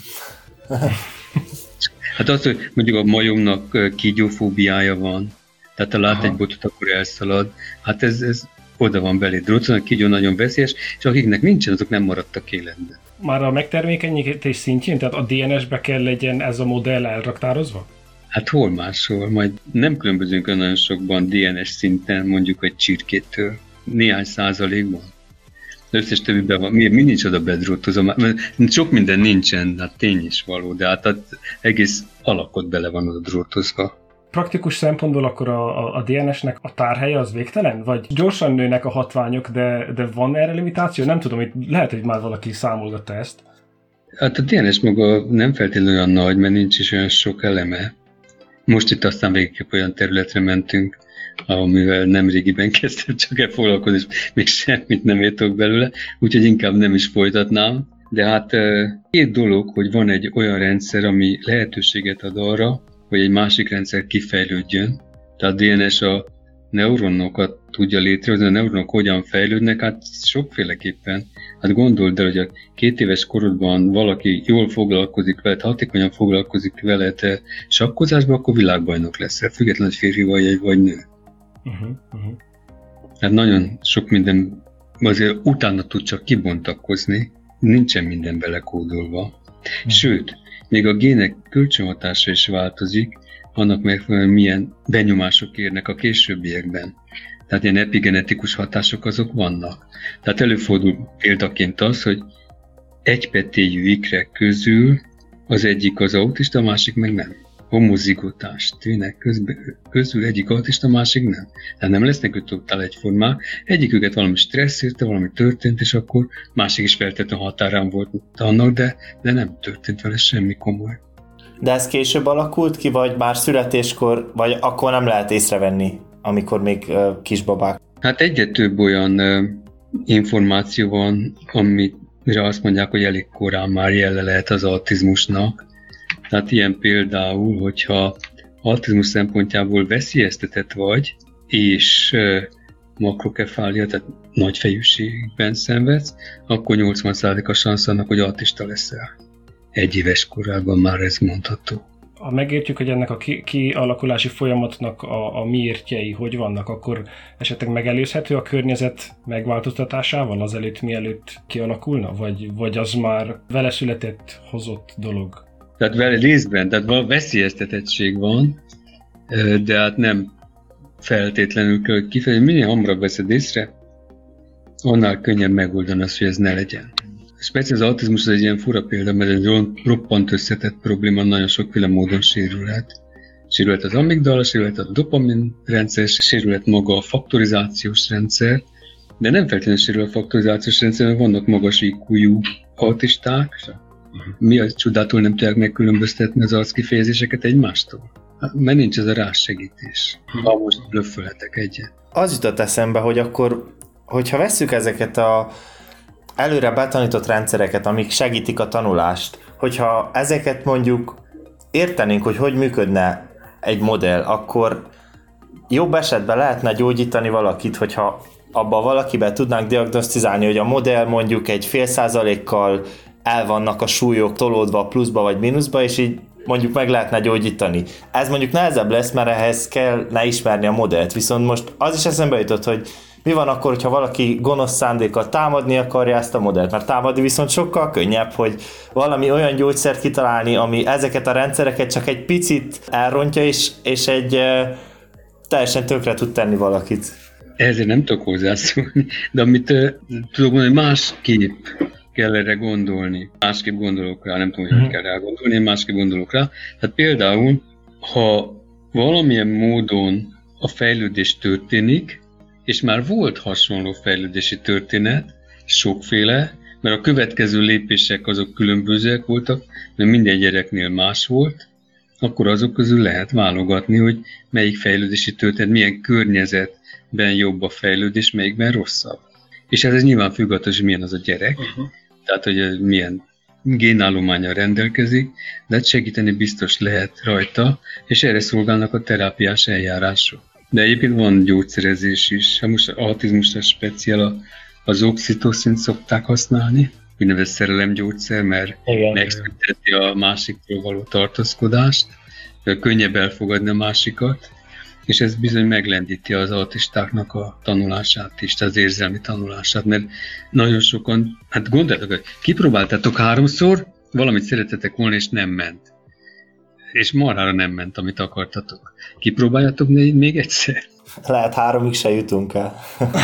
Hát az, hogy mondjuk a majomnak kígyófóbiája van, tehát ha lát Aha. egy botot, akkor elszalad. Hát ez, ez oda van belé drótozva, a kígyó nagyon veszélyes, és akiknek nincsen, azok nem maradtak életben. Már a megtermékenyítés szintjén, tehát a dé en es-be kell legyen ez a modell elraktározva? Hát hol máshol, majd nem különbözünk nagyon sokban dé en es szinten, mondjuk egy csirkétől, néhány százalékban. Összes többiben van, mi, mi nincs oda bedrótozva, sok minden nincsen, hát tény is való, de hát az egész alakot bele van oda drótozva. Praktikus szempontból akkor a, a, a dé en es-nek a tárhelye az végtelen? Vagy gyorsan nőnek a hatványok, de, de van erre limitáció? Nem tudom, itt lehet, hogy már valaki számolgatta ezt. Hát a dé en es maga nem feltétlenül olyan nagy, mert nincs is olyan sok eleme. Most itt aztán végképp olyan területre mentünk, amivel nem régiben kezdtem csak el foglalkozni, és még semmit nem értok belőle, úgyhogy inkább nem is folytatnám. De hát két dolog, hogy van egy olyan rendszer, ami lehetőséget ad arra, hogy egy másik rendszer kifejlődjön. Tehát a dé en es a neuronokat tudja létrehozni, a neuronok hogyan fejlődnek, hát sokféleképpen. Hát gondold el, hogy a két éves korodban valaki jól foglalkozik veled, hatékonyan foglalkozik veled sakkozásban, akkor világbajnok leszel, függetlenül, hogy férfi vagy egy vagy nő. Uh-huh, uh-huh. Hát nagyon sok minden azért utána tud csak kibontakozni, nincsen minden belekódolva. Uh-huh. Sőt, még a gének kölcsönhatása is változik, annak megfelelően milyen benyomások érnek a későbbiekben. Tehát ilyen epigenetikus hatások azok vannak. Tehát előfordul példaként az, hogy egypetélyű ikrek közül az egyik az autista, a másik meg nem. Homozigotás tűnek közül egyik autista, a másik nem. Tehát nem lesznek ők totál egyformák. Egyiküket valami stressz érte, valami történt, és akkor másik is feltétlenül határán volt annak, de, de nem történt vele semmi komoly. De ez később alakult ki, vagy már születéskor, vagy akkor nem lehet észrevenni, amikor még uh, kisbabák? Hát egyre több olyan uh, információ van, amire azt mondják, hogy elég korán már jele lehet az autizmusnak. Tehát ilyen például, hogyha autizmus szempontjából veszélyeztetett vagy, és uh, makrokefália, tehát nagy fejűségben szenvedsz, akkor nyolcvan százalék a szansz annak, hogy autista leszel. Egy éves korában már ez mondható. ha megértjük, hogy ennek a kialakulási folyamatnak a, a miértjei hogy vannak, akkor esetleg megelőzhető a környezet megváltoztatásával azelőtt, mielőtt kialakulna? Vagy, vagy az már vele született, hozott dolog? Tehát vele részben, tehát valami veszélyeztetettség van, de hát nem feltétlenül kell, hogy kifejezni, minél hamarabb veszed észre, annál könnyebb megoldani azt, hogy ez ne legyen. Speciális az autizmus az egy ilyen fura példa, mert egy roppant összetett probléma nagyon sokféle módon sérülhet. Sérülhet az amigdala, sérülhet a dopamin rendszer, sérülhet maga a faktorizációs rendszer, de nem feltétlenül sérül a faktorizációs rendszer, mert vannak magas í kú-jú autisták, mi a csodától nem tudják megkülönböztetni az arckifejezéseket egymástól? Mert nincs ez a rássegítés. Ha most blöffölhetek egyet. Az jutott eszembe, hogy akkor, hogyha vesszük ezeket a előre betanított rendszereket, amik segítik a tanulást, hogyha ezeket mondjuk értenénk, hogy hogy működne egy modell, akkor jobb esetben lehetne gyógyítani valakit, hogyha abban valakiben tudnánk diagnosztizálni, hogy a modell mondjuk egy fél százalékkal el vannak a súlyok tolódva pluszba vagy mínuszba, és így mondjuk meg lehetne gyógyítani. Ez mondjuk nehezebb lesz, mert ehhez kell ne ismerni a modellt. Viszont most az is eszembe jutott, hogy mi van akkor, hogyha valaki gonosz szándékkal támadni akarja ezt a modellt? Mert támadni viszont sokkal könnyebb, hogy valami olyan gyógyszert kitalálni, ami ezeket a rendszereket csak egy picit elrontja, és, és egy e, teljesen tönkre tud tenni valakit. Ezért nem tudok hozzászólni, de amit uh, tudok mondani, másképp kell erre gondolni. Másképp gondolok rá, nem tudom, hogy mm. kell rá gondolni, én másképp gondolok rá. Tehát például, ha valamilyen módon a fejlődés történik, és már volt hasonló fejlődési történet, sokféle, mert a következő lépések azok különbözőek voltak, mert minden gyereknél más volt, akkor azok közül lehet válogatni, hogy melyik fejlődési történet, milyen környezetben jobb a fejlődés, melyikben rosszabb. És ez nyilván függ attól, hogy milyen az a gyerek, uh-huh. tehát hogy milyen génállománnyal rendelkezik, de segíteni biztos lehet rajta, és erre szolgálnak a terápiás eljárások. De egyébként van gyógyszerezés is. Most az autizmusra speciál az oxitoszint szokták használni, úgynevezett szerelemgyógyszer, mert megszünteti a másiktól való tartózkodást, könnyebb elfogadni a másikat, és ez bizony meglendíti az autistáknak a tanulását is, az érzelmi tanulását, mert nagyon sokan, hát gondoljátok, hogy kipróbáltátok háromszor, valamit szeretetek volna, és nem ment. És marhára nem ment, amit akartatok. Kipróbáljátok még egyszer? Lehet háromig se jutunk el.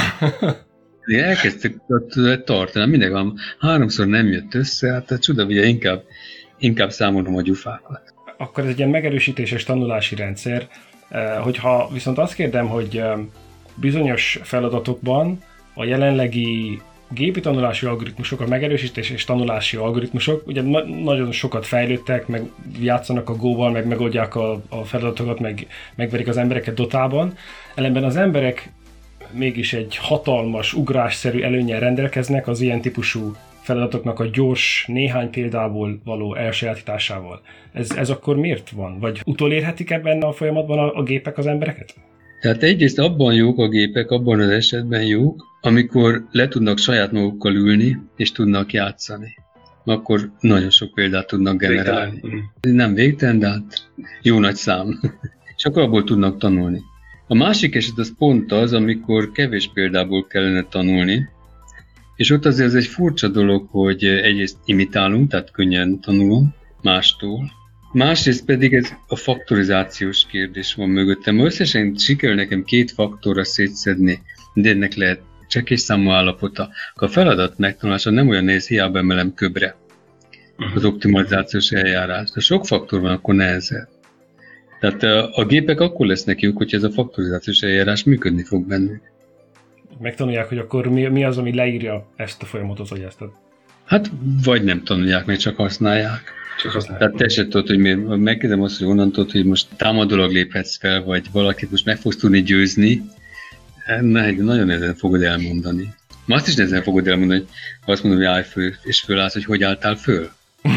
Én elkezdtek tartani, mindegy van, háromszor nem jött össze, hát a csuda, ugye inkább, inkább számolom a gyufákat. Akkor ez egy ilyen megerősítéses tanulási rendszer, hogyha viszont azt kérdem, hogy bizonyos feladatokban a jelenlegi gépi tanulási algoritmusok, a megerősítés és tanulási algoritmusok ugye na- nagyon sokat fejlődtek, meg játszanak a Go-val, meg megoldják a, a feladatokat, meg megverik az embereket dotában. Ellenben az emberek mégis egy hatalmas, ugrásszerű előnnyel rendelkeznek az ilyen típusú feladatoknak a gyors, néhány példából való elsajátításával. Ez, ez akkor miért van? Vagy utolérhetik ebben a folyamatban a, a gépek az embereket? Tehát egyrészt abban jók a gépek, abban az esetben jók, amikor le tudnak saját magukkal ülni, és tudnak játszani. Akkor nagyon sok példát tudnak generálni. Végtelen. Nem végtelen, de hát jó nagy szám. És akkor abból tudnak tanulni. A másik eset az pont az, amikor kevés példából kellene tanulni, és ott azért ez egy furcsa dolog, hogy egyrészt imitálunk, tehát könnyen tanulunk mástól, másrészt pedig ez a faktorizációs kérdés van mögöttem. Összesen sikerül nekem két faktorra szétszedni, de ennek lehet csekély számú állapota. A feladat megtanulása nem olyan nehéz, hiába emelem köbre az optimalizációs eljárást. Ha sok faktor van, akkor nehezebb. Tehát a, a gépek akkor lesznek jók, hogyha ez a faktorizációs eljárás működni fog bennük. Megtanulják, hogy akkor mi, mi az, ami leírja ezt a folyamatot, vagy ezt a... Hát, vagy nem tanulják, meg csak használják. Csak használják. Tehát te se tudod, hogy miért, megkérdem azt, hogy onnan tudod, hogy most támadólag léphetsz fel, vagy valakit most meg fogsz tudni győzni, ne, nagyon nehezen fogod elmondani. Ma azt is nehezen fogod elmondani, hogy azt mondom, hogy állj föl, és fölállsz, hogy hogy álltál föl.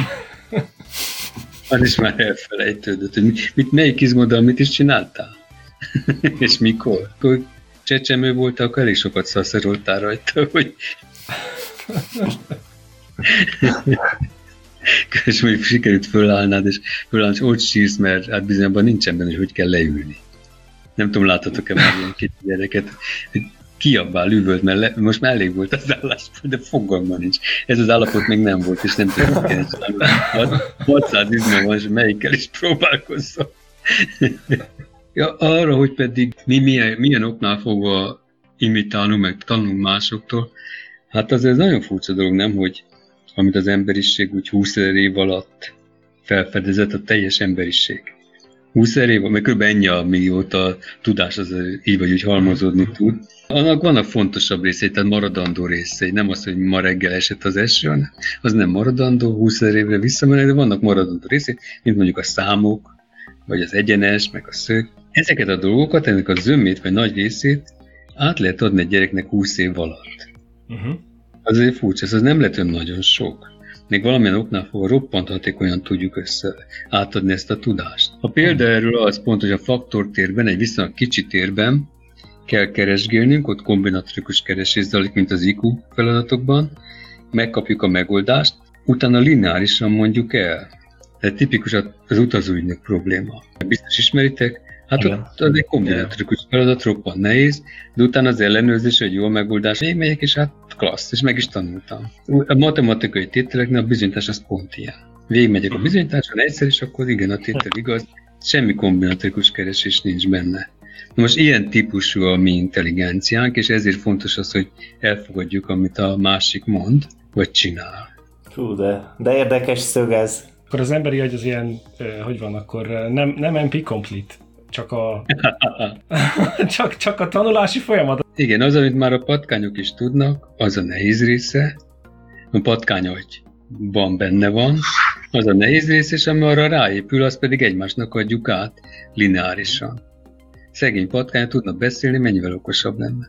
Az is már elfelejtődött, hogy mit, melyik izmoddal mit is csináltál. És mikor. Akkor csecsemő volt, akkor elég sokat szaszoroltál rajta, hogy... és mondjuk sikerült fölállnád, és fölállnád, és ott sírsz, mert hát bizonyabban nincsen benne, hogy hogy kell leülni. Nem tudom, láttatok-e már ilyen kicsi gyereket, hogy kiabál, üvölt, mert le, most már elég volt az álláspont, de fogalma nincs. Ez az állapot még nem volt, és nem tudom, hogy kell csinálni. hatszáz izma van, és melyikkel is próbálkozzon. Ja, arra, hogy pedig mi milyen, milyen oknál fogva imitálunk, meg tanulunk másoktól, hát az ez nagyon furcsa dolog, nem, hogy amit az emberiség úgy húszezer év alatt felfedezett, a teljes emberiség. húszezer év, mert kb. Ennyi a millióta a tudás az így vagy úgy halmozódni tud. Annak vannak fontosabb részei, tehát maradandó részei. Nem az, hogy ma reggel esett az eső, hanem az nem maradandó, húszezer évre visszamennek, de vannak maradandó részei, mint mondjuk a számok, vagy az egyenes, meg a szög. Ezeket a dolgokat, ennek a zömmét, vagy nagy részét át lehet adni egy gyereknek húsz év alatt. Uh-huh. Azért furcsa, ez az nem lehet nagyon sok. Még valamilyen oknál fogva roppant hatékonyan tudjuk össze átadni ezt a tudást. A példa erről az pont, hogy a faktortérben, egy viszonylag kicsi térben kell keresgélnünk, ott kombinatorikus keresés zajlik, mint az i kú feladatokban, megkapjuk a megoldást, utána lineárisan mondjuk el. Ez tipikus az utazóügynök probléma. Biztos ismeritek? Hát ott az egy kombinatorikus feladat, roppant nehéz, de utána az ellenőrzés, hogy jó megoldás, én megyek, és hát klassz, és meg is tanultam. A matematikai tételeknél a bizonyítás az pont ilyen. Végigmegyek a bizonyításon egyszer, és akkor igen, a tétel igaz, semmi kombinatorikus keresés nincs benne. Na most ilyen típusú a mi intelligenciánk, és ezért fontos az, hogy elfogadjuk, amit a másik mond, vagy csinál. Hú, de, de érdekes szög ez. Akkor az emberi agy az ilyen, hogy van, akkor nem, nem em pé complete, csak a, csak, csak a tanulási folyamat. Igen, az, amit már a patkányok is tudnak, az a nehéz része, a patkányagyban benne van, az a nehéz része, és ami arra ráépül, az pedig egymásnak adjuk át lineárisan. Szegény patkány tudna beszélni, mennyivel okosabb lenne.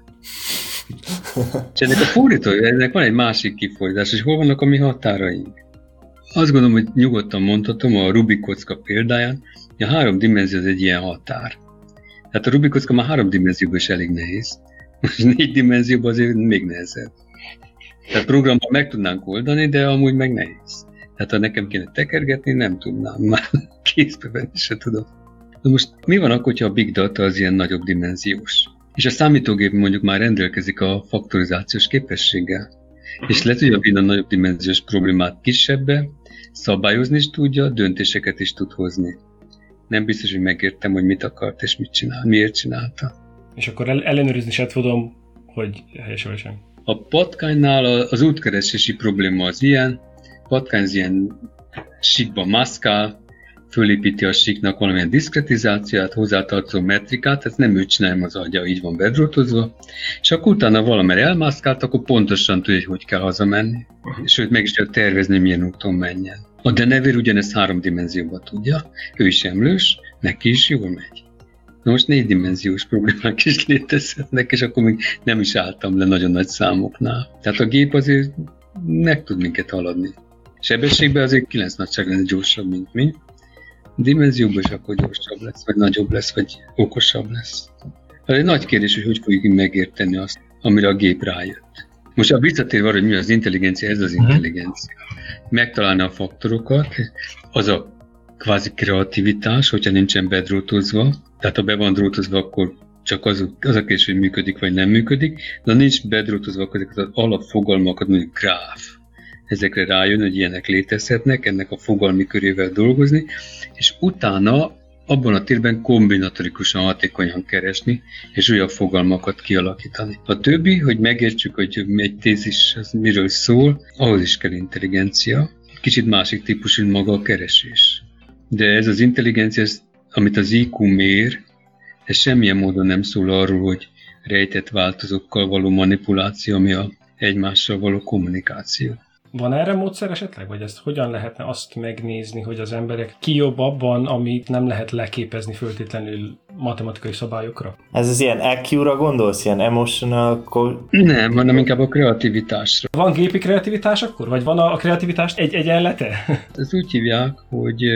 És ennek a fordítója, ennek van egy másik kifordítás, és hol vannak a mi határaink? Azt gondolom, hogy nyugodtan mondhatom a Rubik kocka példáján, hogy a három dimenzió az egy ilyen határ. Tehát a Rubik kocka már három dimenzióban is elég nehéz. Most négy dimenzióban azért még nehezebb. Tehát programban meg tudnánk oldani, de amúgy meg nehéz. Tehát ha nekem kéne tekergetni, nem tudnám. Már kézbe venni se tudom. De most mi van akkor, hogyha a big data az ilyen nagyobb dimenziós? És a számítógép mondjuk már rendelkezik a faktorizációs képességgel. És le tudja vinni a nagyobb dimenziós problémát kisebbe, szabályozni is tudja, döntéseket is tud hozni. Nem biztos, hogy megértem, hogy mit akart és mit csinál, miért csinálta. És akkor ellenőrizni sem tudom, hogy helyes vagy sem. A patkánynál az útkeresési probléma az ilyen, a patkány az ilyen síkban mászkál, fölépíti a síknak valamilyen diszkretizációt, hozzátartozó metrikát, ez nem ő csinálja, az agya így van bedrótozva, és akkor utána valamire elmászkált, akkor pontosan tudja, hogy hogy kell hazamenni, sőt meg is tudja tervezni, milyen úton menjen. A denevér ugyanezt három dimenzióban tudja, ő is emlős, neki is jól megy. Na most négydimenziós problémák is létezhetnek, és akkor még nem is álltam le nagyon nagy számoknál. Tehát a gép azért meg tud minket haladni. Sebességben azért kilenc nagyságrendel gyorsabb, mint mi. Dimenzióban is akkor gyorsabb lesz, vagy nagyobb lesz, vagy okosabb lesz. Ez egy nagy kérdés, hogy hogy fogjuk megérteni azt, amire a gép rájött. Most a visszatérve arra, hogy mi az intelligencia, ez az intelligencia. Megtalálni a faktorokat, az a kvázi kreativitás, hogyha nincsen bedrótozva, tehát ha be van drótozva, akkor csak az, az a kérdés, hogy működik vagy nem működik, de ha nincs bedrótozva, akkor ezeket az alapfogalmakat, mondjuk gráf, ezekre rájön, hogy ilyenek létezhetnek, ennek a fogalmi körével dolgozni, és utána abban a térben kombinatorikusan hatékonyan keresni, és újabb fogalmakat kialakítani. A többi, hogy megértsük, hogy egy tézis az miről szól, ahhoz is kell intelligencia. Kicsit másik típusú, mint maga a keresés. De ez az intelligencia, ez, amit az i kú mér, ez semmilyen módon nem szól arról, hogy rejtett változókkal való manipuláció, ami a egymással való kommunikáció. Van erre módszer esetleg? Vagy ezt hogyan lehetne azt megnézni, hogy az emberek ki jobb abban, amit nem lehet leképezni föltétlenül matematikai szabályokra? Ez az ilyen é kú-ra gondolsz? Ilyen emotional... Nem, hanem inkább a kreativitásra. Van gépi kreativitás akkor? Vagy van a kreativitás egy egyenlete? Ezt úgy hívják, hogy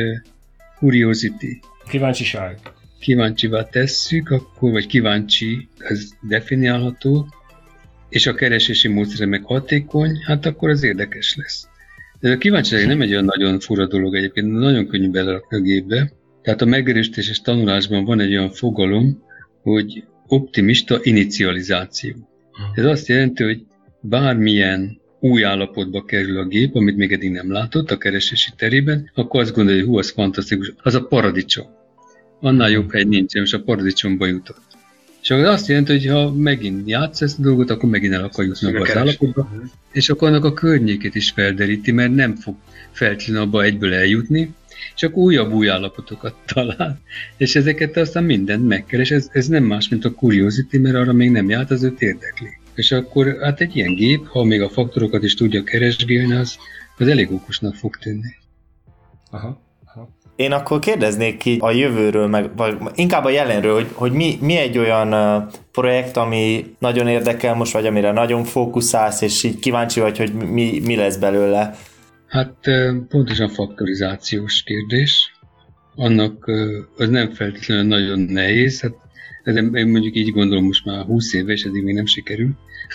curiosity. Kíváncsiság. Kíváncsivá tesszük, akkor, vagy kíváncsi, ez definiálható, és a keresési módszer meg hatékony, hát akkor az érdekes lesz. Ez a kíváncsiság nem egy olyan nagyon fura dolog egyébként, nagyon könnyű belerakni a gépbe. Tehát a megerősítéses tanulásban van egy olyan fogalom, hogy optimista inicializáció. Ez azt jelenti, hogy bármilyen új állapotba kerül a gép, amit még eddig nem látott a keresési terében, akkor azt gondolja, hogy hú, az fantasztikus, az a paradicsom. Annál jobb hegy nincsen, és a paradicsomba jutott. És akkor azt jelenti, hogy ha megint játsz ezt a dolgot, akkor megint el akar jutni az állapotba, és akkor annak a környékét is felderíti, mert nem fog feltétlenül abba egyből eljutni, és akkor újabb új állapotokat talál, és ezeket aztán mindent megkeres. Ez, ez nem más, mint a Curiosity, mert arra még nem járt, az őt érdekli. És akkor hát egy ilyen gép, ha még a faktorokat is tudja keresgélni, az, az elég okosnak fog tűnni. Aha. Aha. Én akkor kérdeznék ki a jövőről, meg, vagy inkább a jelenről, hogy, hogy mi, mi egy olyan uh, projekt, ami nagyon érdekel most, vagy amire nagyon fókuszálsz, és így kíváncsi vagy, hogy mi, mi lesz belőle. Hát pontosan faktorizációs kérdés. Annak az nem feltétlenül nagyon nehéz. Hát én mondjuk így gondolom most már húsz éve, és eddig még nem sikerül.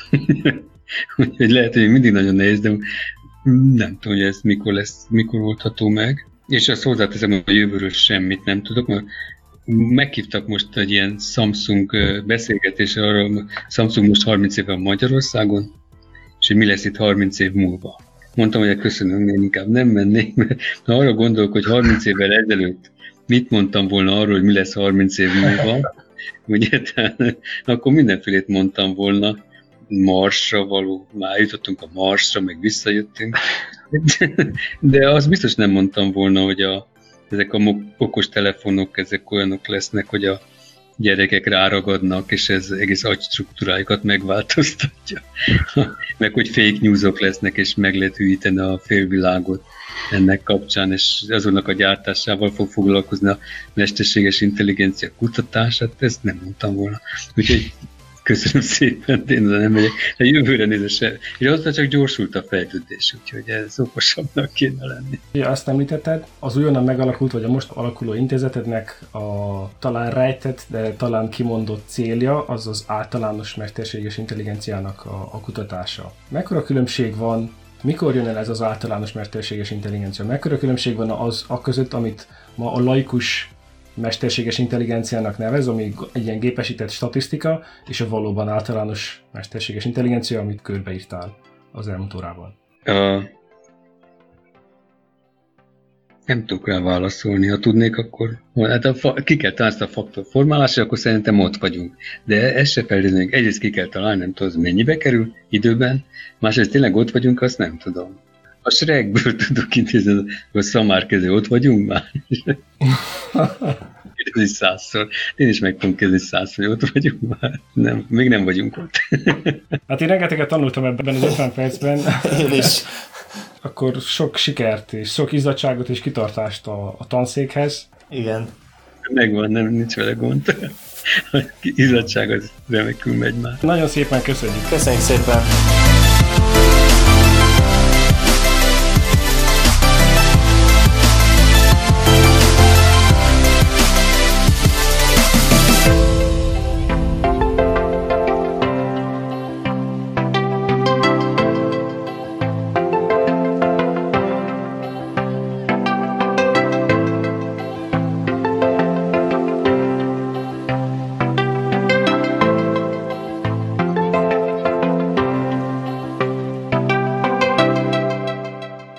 Úgyhogy lehet, hogy mindig nagyon nehéz, de nem tudom, hogy ez mikor lesz, mikor oldható meg. És azt hozzáteszem, hogy a jövőről semmit nem tudok, mert meghívtak most egy ilyen Samsung beszélgetésre, arra Samsung most harminc éve Magyarországon, és hogy mi lesz itt harminc év múlva. Mondtam, hogy köszönöm, én inkább nem mennék, mert arra gondolok, hogy harminc évvel ezelőtt mit mondtam volna arról, hogy mi lesz harminc év múlva, ugye, tehát, akkor mindenfélét mondtam volna, Marsra való, már jutottunk a Marsra, meg visszajöttünk, de azt biztos nem mondtam volna, hogy a, ezek a okos telefonok, ezek olyanok lesznek, hogy a gyerekek ráragadnak, és ez egész agystruktúrájukat megváltoztatja. Meg hogy fake newsok lesznek, és meg lehet hűíteni a félvilágot ennek kapcsán, és azonnak a gyártásával fog foglalkozni a mesterséges intelligencia kutatását, ezt nem mondtam volna. Úgyhogy köszönöm szépen, én nem megyek. A jövőre nézve se. És aztán csak gyorsult a fejlődés, úgyhogy ez okosabbnak kéne lenni. Ja, azt említetted, az újonnan megalakult, vagy a most alakuló intézetednek a talán rejtett, de talán kimondott célja, az az általános mesterséges intelligenciának a, a kutatása. Mekkora különbség van, mikor jön el ez az általános mesterséges intelligencia? Mekkora különbség van az a között, amit ma a laikus mesterséges intelligenciának nevez, ami egy ilyen gépesített statisztika, és a valóban általános mesterséges intelligencia, amit körbeírtál az elmúlt órában? Uh, nem tudok rá válaszolni. Ha tudnék, akkor hát a fa, ki kell találni a faktorformálásra, akkor szerintem ott vagyunk. De ezt se feltétlenül. Egyrészt ki kell találni, nem tudom, mennyibe kerül időben, másrészt tényleg ott vagyunk, azt nem tudom. A Shrekből tudok intézni, a szamárkező, ott vagyunk már. Kérdezi százszor. Én is meg tudom kérdezni százszor, hogy ott vagyunk már. Nem, még nem vagyunk ott. Hát én rengeteget tanultam ebben az ötven percben. Én is. Akkor sok sikert és sok izzadságot és kitartást a, a tanszékhez. Igen. Megvan, nem, nincs vele gond. A izzadság az remekül megy már. Nagyon szépen köszönjük. Köszönjük szépen.